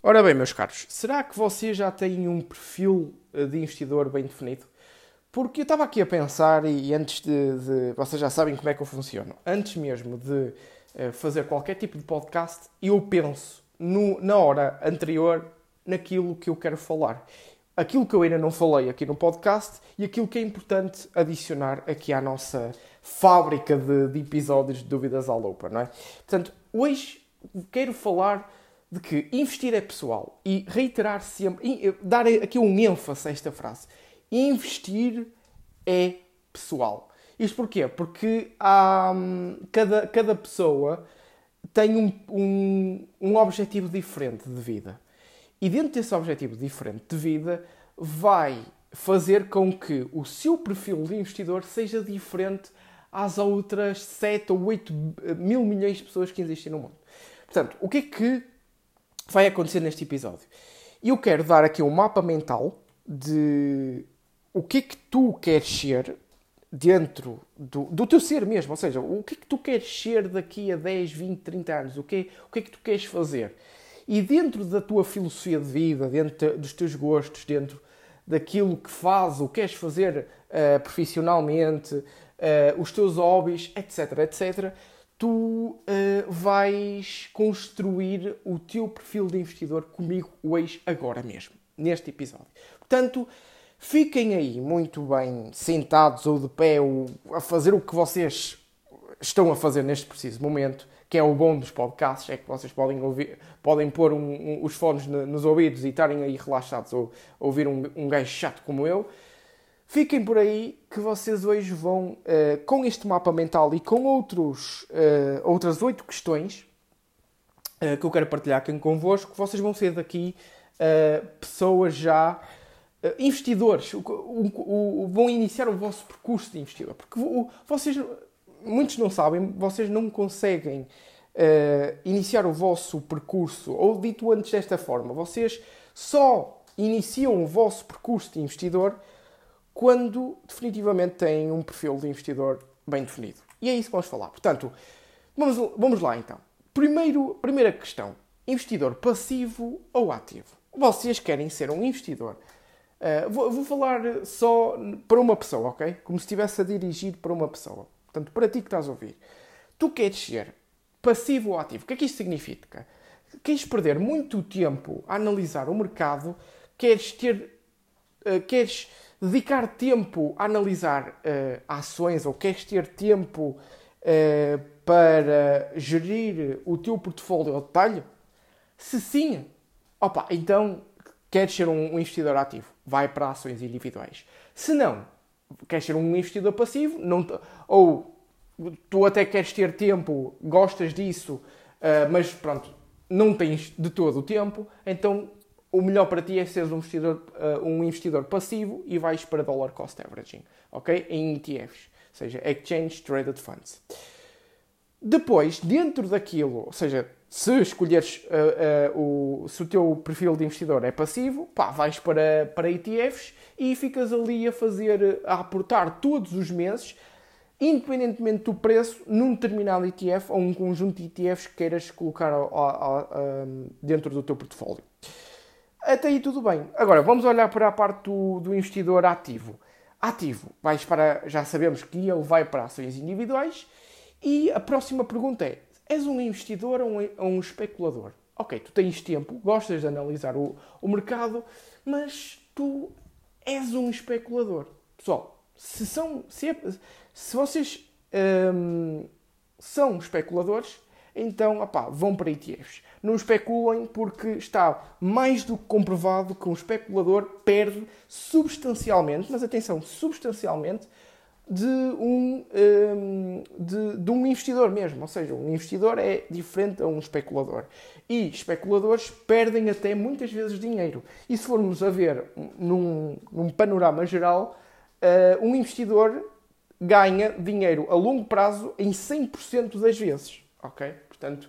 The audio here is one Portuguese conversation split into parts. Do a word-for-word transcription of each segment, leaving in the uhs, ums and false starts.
Ora bem, meus caros, será que vocês já têm um perfil eh, de investidor bem definido? Porque eu estava aqui a pensar e antes de, de- Vocês já sabem como é que eu funciono. Antes mesmo de eh, fazer qualquer tipo de podcast, eu penso no- na hora anterior naquilo que eu quero falar. Aquilo que eu ainda não falei aqui no podcast e aquilo que é importante adicionar aqui à nossa fábrica de, de episódios de Dúvidas à Lupa, não é? Portanto, hoje quero falar de que investir é pessoal e reiterar sempre, e dar aqui um ênfase a esta frase. Investir é pessoal. Isto porquê? Porque há, hum, cada, cada pessoa tem um, um, um objetivo diferente de vida. E dentro desse objetivo diferente de vida, vai fazer com que o seu perfil de investidor seja diferente às outras sete ou oito mil milhões de pessoas que existem no mundo. Portanto, o que é que vai acontecer neste episódio? Eu quero dar aqui um mapa mental de o que é que tu queres ser dentro do, do teu ser mesmo. Ou seja, o que é que tu queres ser daqui a dez, vinte, trinta anos? O que, é, o que é que tu queres fazer? E dentro da tua filosofia de vida, dentro dos teus gostos, dentro daquilo que fazes, o que queres fazer uh, profissionalmente, uh, os teus hobbies, etc, etcétera, tu uh, vais construir o teu perfil de investidor comigo hoje, agora mesmo, neste episódio. Portanto, fiquem aí muito bem sentados ou de pé ou a fazer o que vocês estão a fazer neste preciso momento, que é o bom dos podcasts, é que vocês podem, ouvir, podem pôr um, um, os fones no, nos ouvidos e estarem aí relaxados ou ouvir um, um gajo chato como eu. Fiquem por aí que vocês hoje vão, uh, com este mapa mental e com outros, uh, outras oito questões uh, que eu quero partilhar aqui convosco, vocês vão ser daqui uh, pessoas já uh, investidores, o, o, o, vão iniciar o vosso percurso de investidor. Porque o, vocês, muitos não sabem, vocês não conseguem uh, iniciar o vosso percurso, ou dito antes desta forma, vocês só iniciam o vosso percurso de investidor quando definitivamente têm um perfil de investidor bem definido. E é isso que vamos falar. Portanto, vamos, vamos lá então. Primeiro, primeira questão. Investidor passivo ou ativo? Vocês querem ser um investidor? Uh, vou, vou falar só para uma pessoa, ok? Como se estivesse a dirigir para uma pessoa. Portanto, para ti que estás a ouvir. Tu queres ser passivo ou ativo? O que é que isto significa? Queres perder muito tempo a analisar o mercado? Queres ter... Uh, queres... dedicar tempo a analisar uh, ações ou queres ter tempo uh, para gerir o teu portfólio ao detalhe? Se sim, opa, então queres ser um, um investidor ativo, vai para ações individuais. Se não, queres ser um investidor passivo, não te, ou tu até queres ter tempo, gostas disso, uh, mas pronto, não tens de todo o tempo, então o melhor para ti é seres um investidor, uh, um investidor passivo e vais para Dollar Cost Averaging, ok? Em E T Fs, ou seja, Exchange Traded Funds. Depois, dentro daquilo, ou seja, se escolheres uh, uh, o, se o teu perfil de investidor é passivo, pá, vais para, para E T Fs e ficas ali a fazer, a aportar todos os meses, independentemente do preço, num determinado E T F ou um conjunto de E T Fs que queiras colocar ao, ao, ao, dentro do teu portfólio. Até aí tudo bem. Agora, vamos olhar para a parte do, do investidor ativo. Ativo, vais para, já sabemos que ele vai para ações individuais e a próxima pergunta é, és um investidor ou um, ou um especulador? Ok, tu tens tempo, gostas de analisar o, o mercado, mas tu és um especulador. Pessoal, se, são, se, é, se vocês hum, são especuladores, então opá, vão para E T Fs. Não especulem porque está mais do que comprovado que um especulador perde substancialmente, mas atenção, substancialmente, de um, de, de um investidor mesmo. Ou seja, um investidor é diferente a um especulador. E especuladores perdem até muitas vezes dinheiro. E se formos a ver num, num panorama geral, um investidor ganha dinheiro a longo prazo em cem por cento das vezes. Ok? Portanto,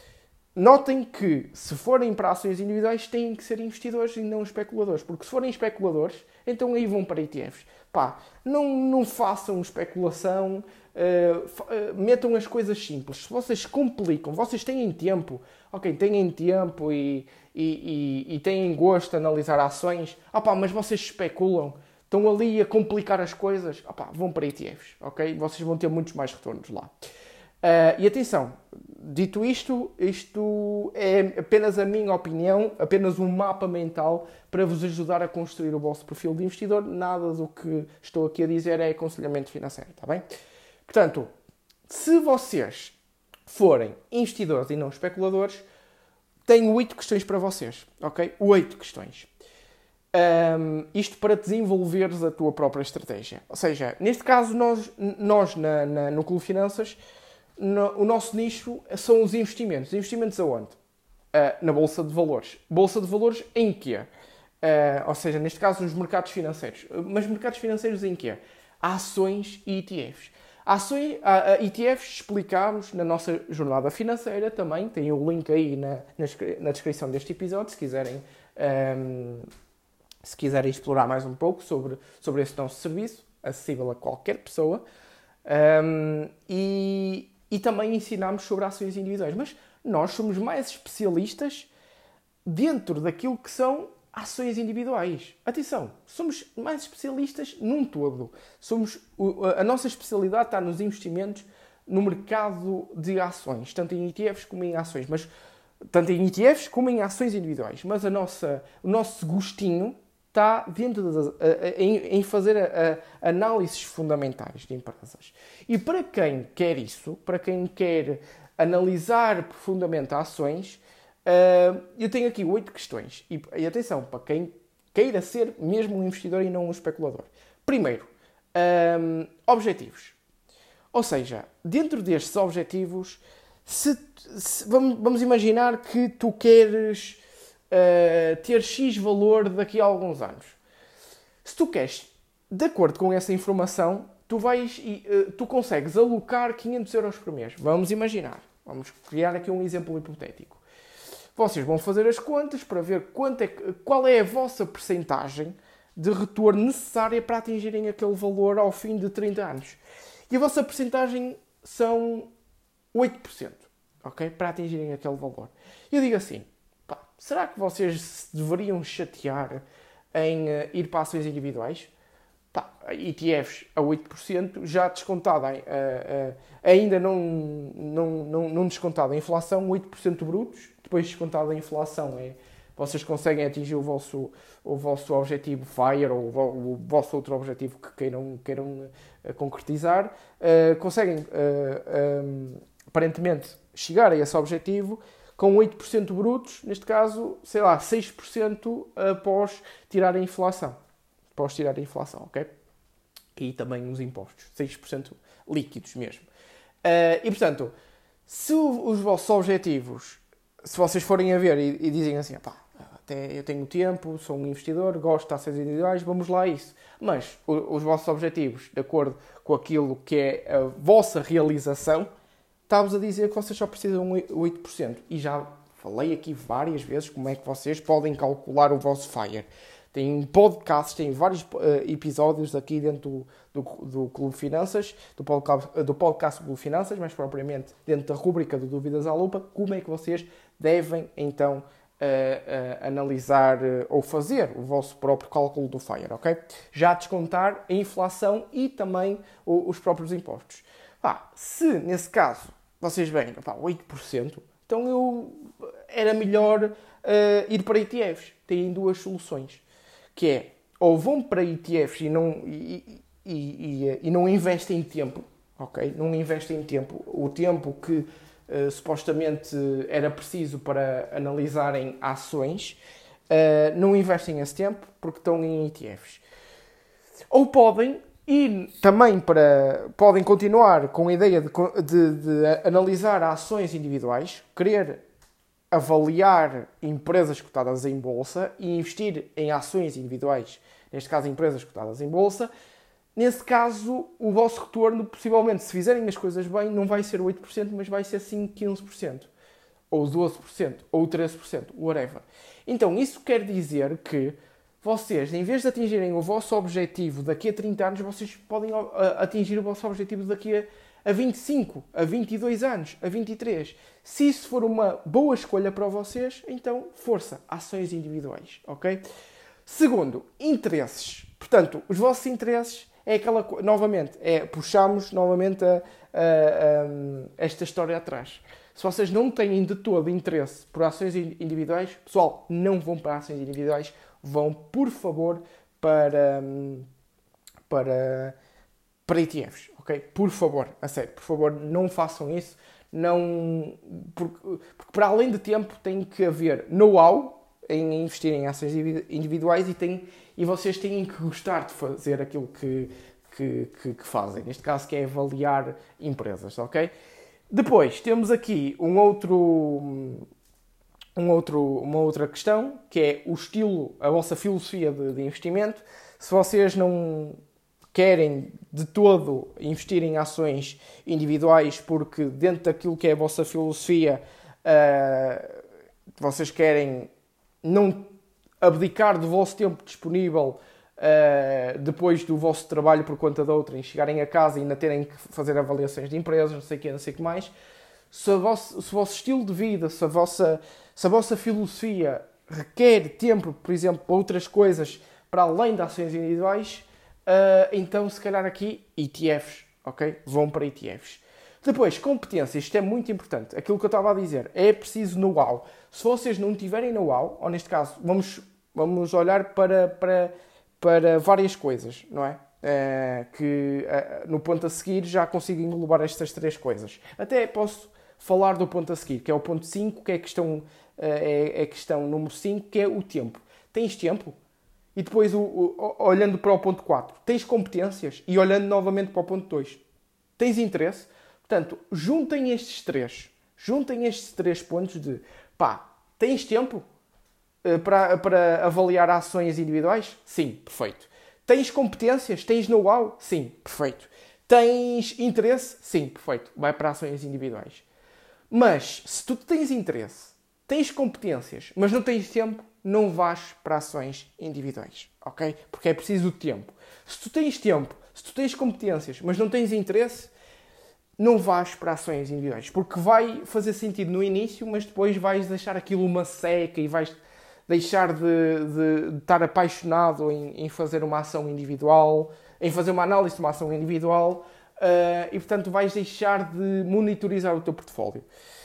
notem que, se forem para ações individuais, têm que ser investidores e não especuladores. Porque se forem especuladores, então aí vão para E T Fs. Pá, não, não façam especulação, uh, uh, metam as coisas simples. Se vocês complicam, vocês têm tempo, ok, têm tempo e, e, e, e têm gosto de analisar ações, opá, mas vocês especulam, estão ali a complicar as coisas, opá, vão para E T Fs, ok? Vocês vão ter muitos mais retornos lá. Uh, e atenção, dito isto, isto é apenas a minha opinião, apenas um mapa mental para vos ajudar a construir o vosso perfil de investidor. Nada do que estou aqui a dizer é aconselhamento financeiro, está bem? Portanto, se vocês forem investidores e não especuladores, tenho oito questões para vocês, ok? Oito questões. Um, isto para desenvolveres a tua própria estratégia. Ou seja, neste caso, nós, nós na, na, no Clube Finanças, no, o nosso nicho são os investimentos. Investimentos aonde? Uh, na Bolsa de Valores. Bolsa de Valores em quê? Uh, ou seja, neste caso, nos mercados financeiros. Mas mercados financeiros em quê? Ações e E T Fs. Ações, a, a E T Fs explicámos na nossa jornada financeira também. Tem o link aí na, na, na descrição deste episódio, se quiserem, um, se quiserem explorar mais um pouco sobre, sobre esse nosso serviço, acessível a qualquer pessoa. Um, e, e também ensinámos sobre ações individuais. Mas nós somos mais especialistas dentro daquilo que são ações individuais. Atenção, somos mais especialistas num todo. Somos, a nossa especialidade está nos investimentos no mercado de ações, tanto em E T Fs como em ações, mas tanto em E T Fs como em ações individuais. Mas a nossa, o nosso gostinho está dentro de, em, em fazer a, a, análises fundamentais de empresas. E para quem quer isso, para quem quer analisar profundamente ações, Uh, eu tenho aqui oito questões. E, e atenção, para quem queira ser mesmo um investidor e não um especulador. Primeiro, um, objetivos. Ou seja, dentro destes objetivos, se, se, vamos, vamos imaginar que tu queres uh, ter X valor daqui a alguns anos. Se tu queres, de acordo com essa informação, tu, vais, uh, tu consegues alocar quinhentos euros por mês. Vamos imaginar. Vamos criar aqui um exemplo hipotético. Vocês vão fazer as contas para ver quanto é, qual é a vossa percentagem de retorno necessária para atingirem aquele valor ao fim de trinta anos. E a vossa percentagem são oito por cento, ok? Para atingirem aquele valor. E eu digo assim, pá, será que vocês se deveriam chatear em uh, ir para ações individuais? Pá, E T Fs a oito por cento, já descontada, uh, uh, ainda não, não, não, não descontada a inflação, oito por cento brutos. Depois descontada a inflação, é, vocês conseguem atingir o vosso, o vosso objetivo FIRE ou o, o vosso outro objetivo que queiram, queiram uh, concretizar. Uh, conseguem, uh, um, aparentemente, chegar a esse objetivo com oito por cento brutos, neste caso, sei lá, seis por cento após tirar a inflação. Após tirar a inflação, ok? E também os impostos, seis por cento líquidos mesmo. Uh, e, portanto, se os vossos objetivos, se vocês forem a ver e, e dizem assim, pá, até eu tenho tempo, sou um investidor, gosto de ações individuais, vamos lá a isso. Mas o, os vossos objetivos, de acordo com aquilo que é a vossa realização, está-vos a dizer que vocês só precisam de oito por cento. E já falei aqui várias vezes como é que vocês podem calcular o vosso FIRE. Tem podcasts, tem vários uh, episódios aqui dentro do, do, do Clube Finanças, do podcast, do podcast Clube Finanças, mais propriamente dentro da rúbrica de Dúvidas à Lupa, como é que vocês devem, então, uh, uh, analisar uh, ou fazer o vosso próprio cálculo do FIRE, ok? Já descontar a inflação e também o, os próprios impostos. Ah, se, nesse caso, vocês veem, pá, oito por cento, então eu, era melhor uh, ir para E T Fs. Têm duas soluções. Que é, ou vão para E T Fs e não, e, e, e, e não investem tempo, ok? Não investem tempo. O tempo que uh, supostamente era preciso para analisarem ações, uh, não investem esse tempo porque estão em E T Fs. Ou podem ir também para, podem continuar com a ideia de, de, de analisar ações individuais, querer avaliar empresas cotadas em bolsa e investir em ações individuais, neste caso empresas cotadas em bolsa. Nesse caso, o vosso retorno, possivelmente, se fizerem as coisas bem, não vai ser oito por cento, mas vai ser sim quinze por cento, ou doze por cento, ou treze por cento, whatever. Então, isso quer dizer que vocês, em vez de atingirem o vosso objetivo daqui a trinta anos, vocês podem atingir o vosso objetivo daqui a, a vinte e cinco, a vinte e dois anos, a vinte e três. Se isso for uma boa escolha para vocês, então força, ações individuais, ok? Segundo, interesses. Portanto, os vossos interesses é aquela coisa, novamente, é puxamos novamente a, a, a, esta história atrás. Se vocês não têm de todo interesse por ações individuais, pessoal, não vão para ações individuais, vão, por favor, para, para, para E T Fs, ok? Por favor, a sério, por favor, não façam isso. Não, porque, porque para além de tempo tem que haver know-how em investir em ações individuais e, tem, e vocês têm que gostar de fazer aquilo que, que, que, que fazem. Neste caso, que é avaliar empresas, ok? Depois, temos aqui um outro, um outro, uma outra questão, que é o estilo, a vossa filosofia de, de investimento. Se vocês não querem de todo investir em ações individuais porque dentro daquilo que é a vossa filosofia uh, vocês querem não abdicar do vosso tempo disponível uh, depois do vosso trabalho por conta de outra e chegarem a casa e ainda terem que fazer avaliações de empresas, não sei o que, não sei o que mais. Se, a vosso, se o vosso estilo de vida, se a vossa, se a vossa filosofia requer tempo, por exemplo, para outras coisas para além de ações individuais, Uh, então, se calhar aqui, E T Fs, ok? Vão para E T Fs. Depois, competências. Isto é muito importante. Aquilo que eu estava a dizer. É preciso know-how. Se vocês não tiverem know-how, ou neste caso, vamos, vamos olhar para, para, para várias coisas, não é? Uh, que uh, no ponto a seguir já consigo englobar estas três coisas. Até posso falar do ponto a seguir, que é o ponto cinco, que é a questão, uh, é, é a questão número cinco, que é o tempo. Tens tempo? E depois, o, o, olhando para o ponto quatro, tens competências? E olhando novamente para o ponto dois, tens interesse? Portanto, juntem estes três. Juntem estes três pontos de, pá, tens tempo uh, para, para avaliar ações individuais? Sim, perfeito. Tens competências? Tens know-how? Sim, perfeito. Tens interesse? Sim, perfeito. Vai para ações individuais. Mas, se tu tens interesse, tens competências, mas não tens tempo, não vás para ações individuais, ok? Porque é preciso tempo. Se tu tens tempo, se tu tens competências, mas não tens interesse, não vás para ações individuais. Porque vai fazer sentido no início, mas depois vais deixar aquilo uma seca e vais deixar de, de, de estar apaixonado em, em fazer uma ação individual, em fazer uma análise de uma ação individual, uh, e, portanto, vais deixar de monitorizar o teu portfólio.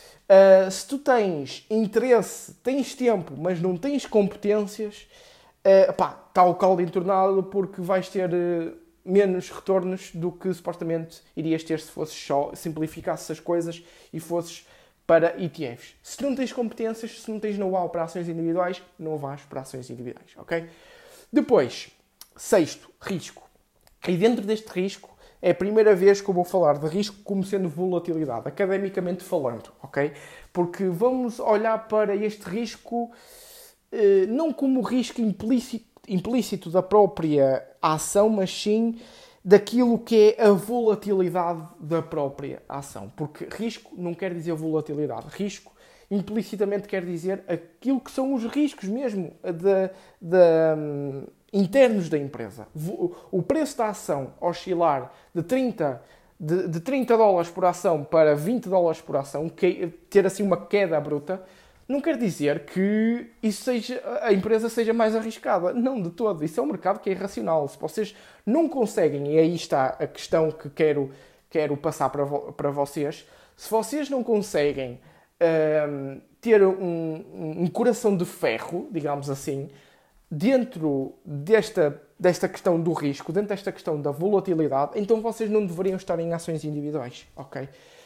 Uh, se tu tens interesse, tens tempo, mas não tens competências, uh, pá, está o caldo entornado porque vais ter uh, menos retornos do que supostamente irias ter se fosses só, simplificasses as coisas e fosses para E T Fs. Se não tens competências, se não tens know-how para ações individuais, não vais para ações individuais, ok? Depois, sexto, risco. E dentro deste risco, é a primeira vez que eu vou falar de risco como sendo volatilidade, academicamente falando, ok? Porque vamos olhar para este risco eh, não como risco implícito, implícito da própria ação, mas sim daquilo que é a volatilidade da própria ação. Porque risco não quer dizer volatilidade. Risco implicitamente quer dizer aquilo que são os riscos mesmo de, de, um, internos da empresa. O preço da ação oscilar de trinta, de, de trinta dólares por ação para vinte dólares por ação, que, ter assim uma queda bruta, não quer dizer que isso seja, a empresa seja mais arriscada. Não, de todo. Isso é um mercado que é irracional. Se vocês não conseguem, e aí está a questão que quero, quero passar para, vo, para vocês, se vocês não conseguem um, ter um, um coração de ferro, digamos assim, dentro desta, desta questão do risco, dentro desta questão da volatilidade, então vocês não deveriam estar em ações individuais, ok?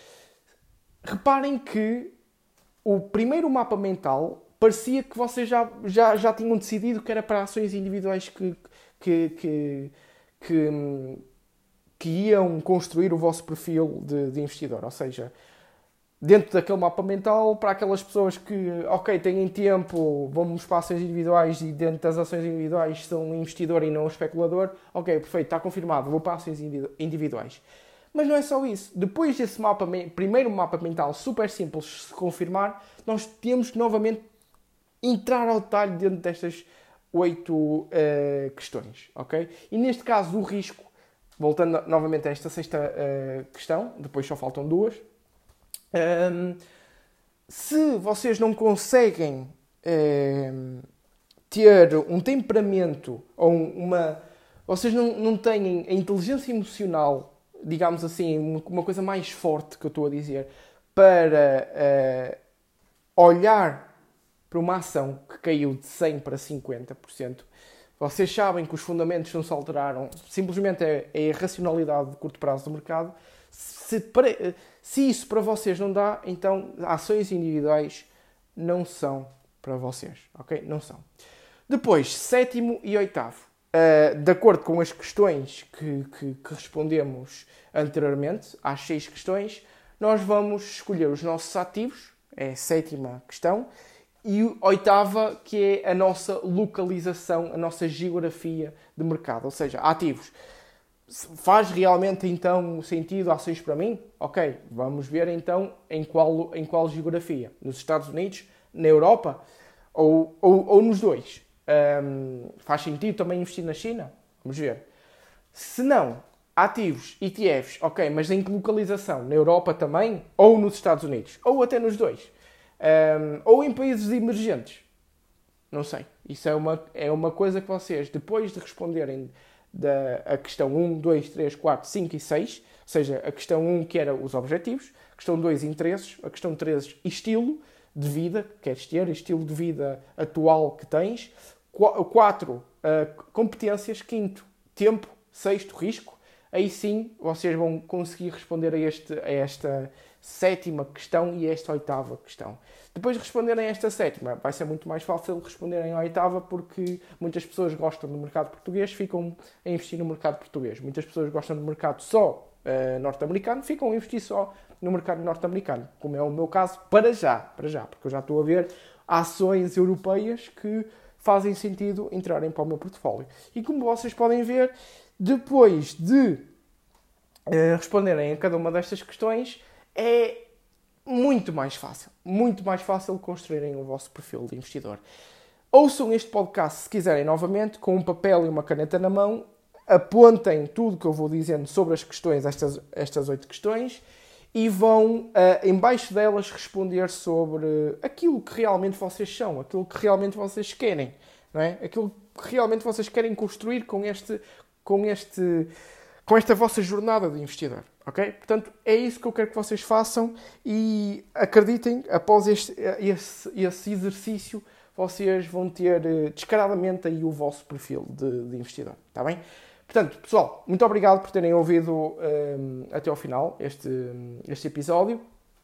Reparem que o primeiro mapa mental parecia que vocês já, já, já tinham decidido que era para ações individuais que, que, que, que, que iam construir o vosso perfil de, de investidor. Ou seja, dentro daquele mapa mental, para aquelas pessoas que, ok, têm tempo, vamos para ações individuais e dentro das ações individuais são um investidor e não um especulador, ok, perfeito, está confirmado, vou para ações individuais. Mas não é só isso. Depois desse mapa, primeiro mapa mental super simples se confirmar, nós temos que novamente entrar ao detalhe dentro destas oito uh, questões, ok? E neste caso o risco voltando novamente a esta sexta uh, questão, depois só faltam duas. Um, se vocês não conseguem um, ter um temperamento ou um, uma... Vocês não, não têm a inteligência emocional, digamos assim, uma coisa mais forte que eu estou a dizer, para uh, olhar para uma ação que caiu de cem por cento para cinquenta por cento, vocês sabem que os fundamentos não se alteraram, simplesmente é, é a irracionalidade de curto prazo do mercado. Se, para, se isso para vocês não dá, então ações individuais não são para vocês, ok? Não são. Depois, sétimo e oitavo. Uh, de acordo com as questões que, que, que respondemos anteriormente, às seis questões, nós vamos escolher os nossos ativos, é a sétima questão, e a oitava, que é a nossa localização, a nossa geografia de mercado, ou seja, ativos. Faz realmente então sentido ações para mim? Ok, vamos ver então em qual, em qual geografia. Nos Estados Unidos, na Europa ou, ou, ou nos dois. Um, faz sentido também investir na China? Vamos ver. Se não, ativos, E T Fs, ok, mas em que localização? Na Europa também? Ou nos Estados Unidos? Ou até nos dois? Um, ou em países emergentes? Não sei. Isso é uma, é uma coisa que vocês, depois de responderem da, a questão um, dois, três, quatro, cinco e seis, ou seja, a questão um que era os objetivos, a questão dois, interesses, a questão três, estilo de vida que queres ter, estilo de vida atual que tens, quatro, uh, competências, quinto, tempo, sexto, risco. Aí sim vocês vão conseguir responder a, este, a esta sétima questão e a esta oitava questão. Depois de responderem a esta sétima, vai ser muito mais fácil responderem à oitava, porque muitas pessoas gostam do mercado português, ficam a investir no mercado português. Muitas pessoas gostam do mercado só uh, norte-americano, ficam a investir só no mercado norte-americano, como é o meu caso, para já, para já, porque eu já estou a ver ações europeias que fazem sentido entrarem para o meu portfólio. E como vocês podem ver, depois de uh, responderem a cada uma destas questões, é muito mais fácil, muito mais fácil construírem o vosso perfil de investidor. Ouçam este podcast se quiserem novamente, com um papel e uma caneta na mão, apontem tudo que eu vou dizendo sobre as questões, estas, estas oito questões, e vão, uh, embaixo delas, responder sobre aquilo que realmente vocês são, aquilo que realmente vocês querem, não é? Aquilo que realmente vocês querem construir com, este, com, este, com esta vossa jornada de investidor, ok? Portanto, é isso que eu quero que vocês façam e acreditem, após este, esse, esse exercício, vocês vão ter uh, descaradamente aí o vosso perfil de, de investidor, está bem? Portanto, pessoal, muito obrigado por terem ouvido um, até ao final este, este episódio.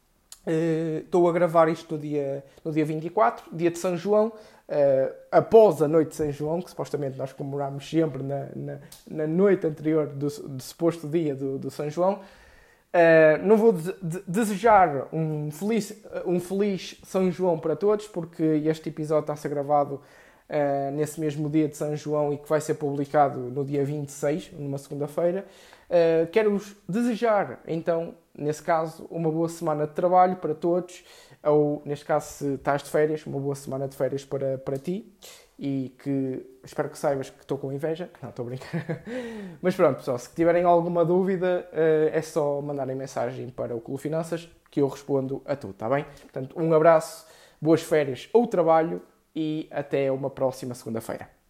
Uh, estou a gravar isto no dia, no dia vinte e quatro, dia de São João, uh, após a noite de São João, que supostamente nós comemoramos sempre na, na, na noite anterior do, do suposto dia do, do São João. Uh, não vou de, de, desejar um feliz, um feliz São João para todos, porque este episódio está a ser gravado Uh, nesse mesmo dia de São João e que vai ser publicado no dia vinte e seis, numa segunda-feira. Uh, Quero-vos desejar, então, nesse caso, uma boa semana de trabalho para todos, ou, neste caso, se estás de férias, uma boa semana de férias para, para ti, e que espero que saibas que estou com inveja. Não, estou a brincar. Mas pronto, pessoal, se tiverem alguma dúvida, uh, é só mandarem mensagem para o Clube Finanças, que eu respondo a tudo, está bem? Portanto, um abraço, boas férias ou trabalho, e até uma próxima segunda-feira.